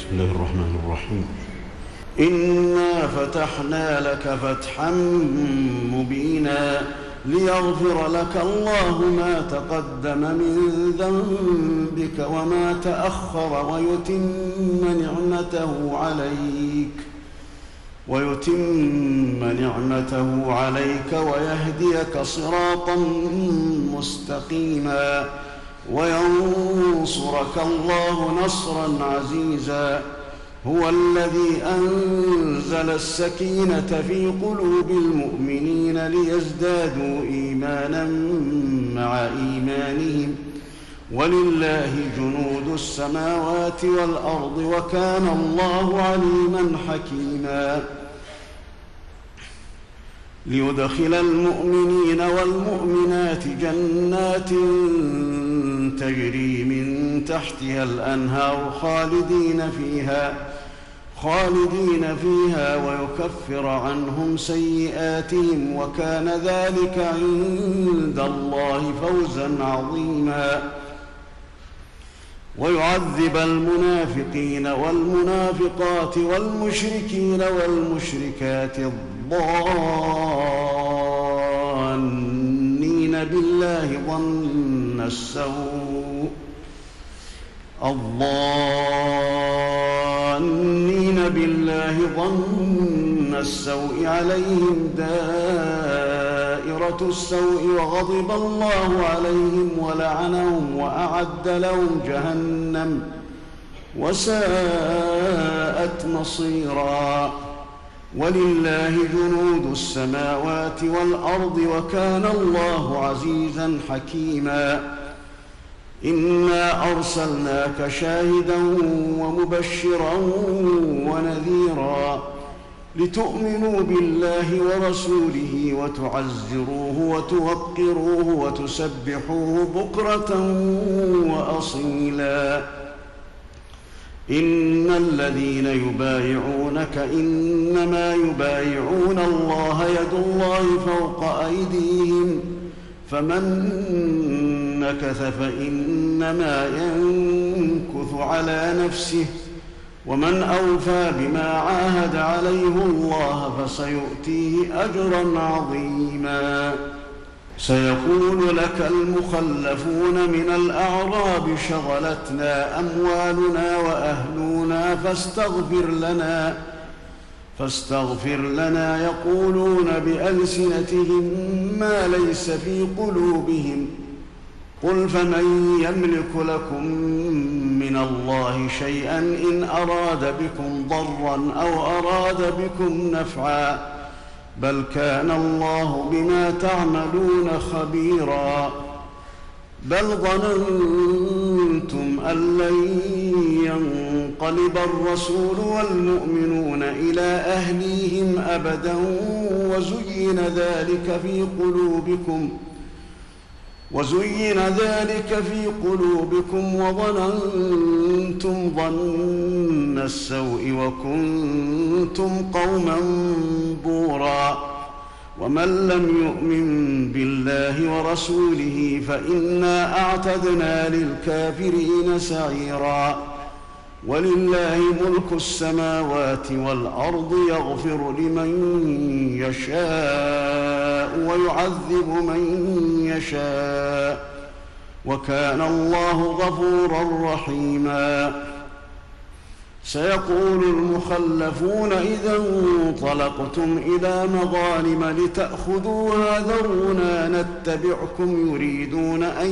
بسم الله الرحمن الرحيم. إنا فتحنا لك فتحا مبينا ليغفر لك الله ما تقدم من ذنبك وما تأخر ويتم نعمته عليك ويهديك صراطا مستقيما وينصرك الله نصرا عزيزا. هو الذي أنزل السكينة في قلوب المؤمنين ليزدادوا إيمانا مع إيمانهم ولله جنود السماوات والأرض وكان الله عليما حكيما. ليدخل المؤمنين والمؤمنات جنات تجري من تحتها الأنهار خالدين فيها ويكفر عنهم سيئاتهم وكان ذلك عند الله فوزا عظيما. ويعذب المنافقين والمنافقات والمشركين والمشركات الظانين بالله ظن السوء عليهم دائرة السوء وغضب الله عليهم ولعنهم وأعد لهم جهنم وساءت مصيرا. ولله جنود السماوات والأرض وكان الله عزيزا حكيما. إنا أرسلناك شاهدا ومبشرا ونذيرا لتؤمنوا بالله ورسوله وتعزروه وتوقروه وتسبحوه بكرة وأصيلا. إن الذين يبايعونك إنما يبايعون الله يد الله فوق أيديهم فمن نكث فإنما ينكث على نفسه ومن أوفى بما عاهد عليه الله فسيؤتيه أجرا عظيما. سيقول لك المخلفون من الأعراب شغلتنا أموالنا وأهلنا فاستغفر لنا يقولون بألسنتهم ما ليس في قلوبهم قل فمن يملك لكم من الله شيئا إن أراد بكم ضرا أو أراد بكم نفعا بل كان الله بما تعملون خبيرا. بل ظننتم أن لن ينقلب الرسول والمؤمنون إلى أهليهم أبدا وزين ذلك في قلوبكم وظننتم ظن السوء وكنتم قوما بورا. ومن لم يؤمن بالله ورسوله فإنا أعتدنا للكافرين سعيرا. ولله ملك السماوات والأرض يغفر لمن يشاء ويعذب من يشاء وكان الله غفورا رحيما. سيقول المخلفون إذا انطلقتم إلى مغانم لتأخذوها ذرونا نتبعكم يريدون أن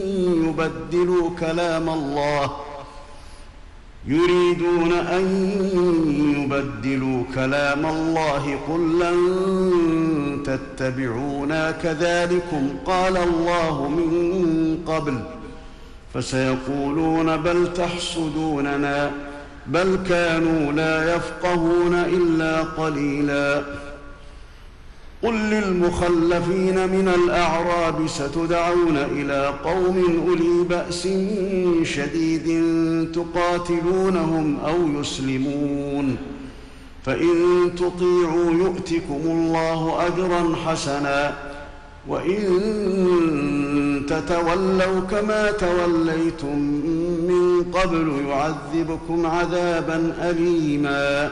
يبدلوا كلام الله قل لن تتبعونا كذلكم قال الله من قبل فسيقولون بل تحسدوننا بل كانوا لا يفقهون إلا قليلا. قل للمخلفين من الأعراب ستدعون إلى قوم أولي بأس شديد تقاتلونهم أو يسلمون فإن تطيعوا يؤتكم الله أجرا حسنا وإن تتولوا كما توليتم من قبل يعذبكم عذابا أليما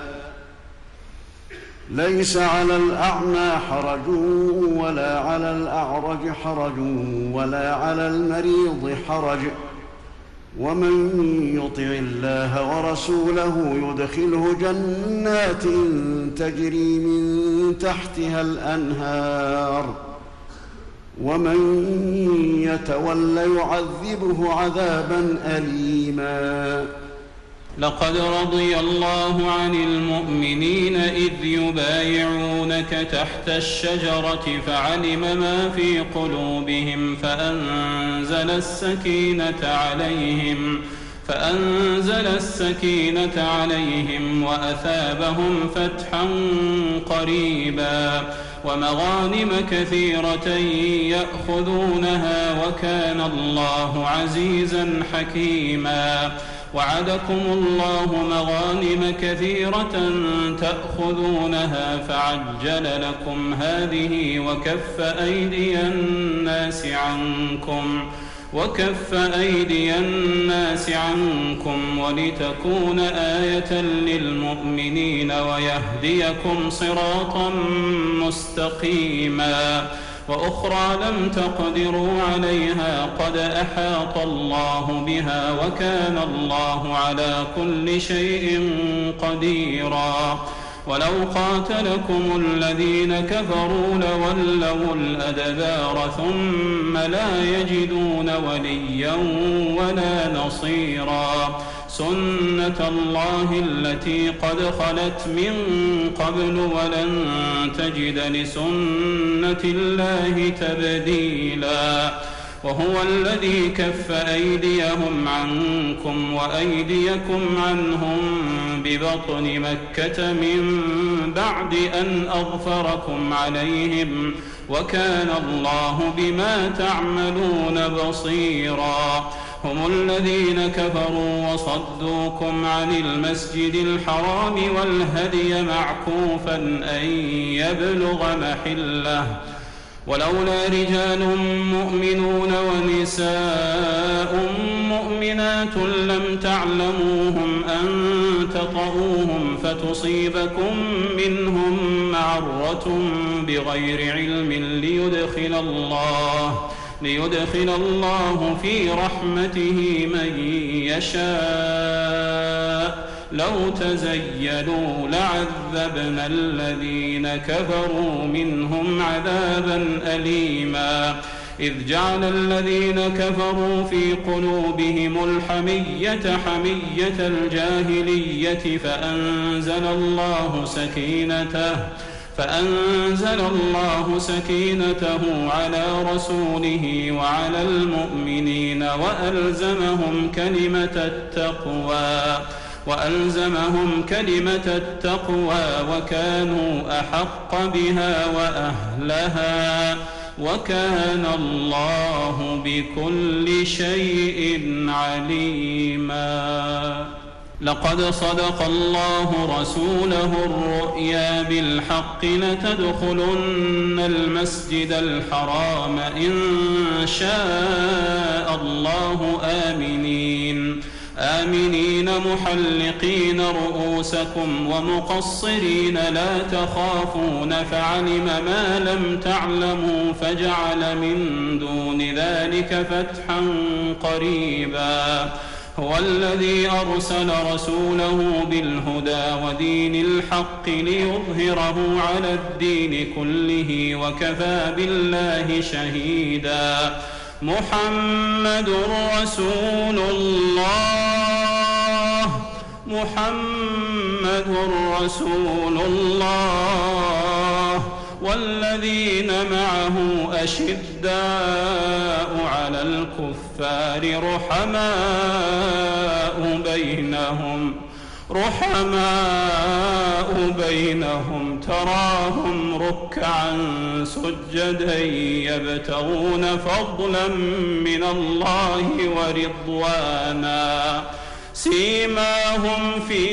ليس على الأعمى حرج ولا على الأعرج حرج ولا على المريض حرج ومن يطع الله ورسوله يدخله جنات تجري من تحتها الأنهار ومن يتول يعذبه عذابا أليما لقد رضي الله عن المؤمنين إذ يبايعونك تحت الشجرة فعلم ما في قلوبهم فأنزل السكينة عليهم وأثابهم فتحا قريبا ومغانم كثيرة يأخذونها وكان الله عزيزا حكيما وعدكم الله مغانم كثيرة تأخذونها فعجل لكم هذه وكف أيدي الناس عنكم ولتكون آية للمؤمنين ويهديكم صراطا مستقيما وأخرى لم تقدروا عليها قد أحاط الله بها وكان الله على كل شيء قديرا ولو قاتلكم الذين كفروا لولوا الأدبار ثم لا يجدون وليا ولا نصيرا سنة الله التي قد خلت من قبل ولن تجد لسنة الله تبديلا وهو الذي كف أيديهم عنكم وأيديكم عنهم ببطن مكة من بعد أن أظفركم عليهم وكان الله بما تعملون بصيرا هم الذين كفروا وصدوكم عن المسجد الحرام والهدي معكوفا أن يبلغ محله ولولا رجال مؤمنون ونساء مؤمنات لم تعلموهم أن تطؤوهم فتصيبكم منهم معرة بغير علم ليدخل الله في رحمته من يشاء لو تزيلوا لعذبنا الذين كفروا منهم عذابا أليما إذ جعل الذين كفروا في قلوبهم الحمية حمية الجاهلية فأنزل الله سكينته على رسوله وعلى المؤمنين وألزمهم كلمة التقوى وكانوا أحق بها وأهلها وكان الله بكل شيء عليما لقد صدق الله رسوله الرؤيا بالحق لتدخلن المسجد الحرام إن شاء الله آمنين محلقين رؤوسكم ومقصرين لا تخافون فعلم ما لم تعلموا فجعل من دون ذلك فتحا قريبا هو الذي أرسل رسوله بالهدى ودين الحق ليظهره على الدين كله وكفى بالله شهيدا محمد رسول الله والذين معه أشداء على الكفار رحماء بينهم تراهم ركعا سجدا يبتغون فضلا من الله ورضوانا سيماهم في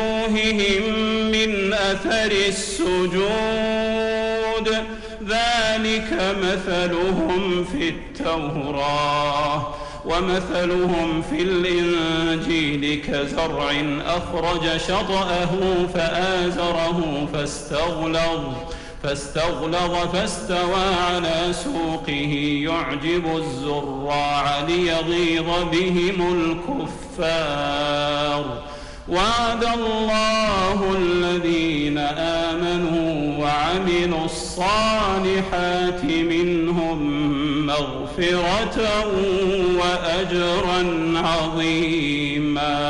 وجوههم من أثر السجود ذلك ذلك مثلهم في التوراة ومثلهم في الإنجيل كزرع أخرج شطأه فآزره فاستغلظ فاستوى على سوقه يعجب الزراع ليغيظ بهم الكفار. وعد الله الذين آمنوا وعملوا الصالحات منهم مغفرة وأجرا عظيما.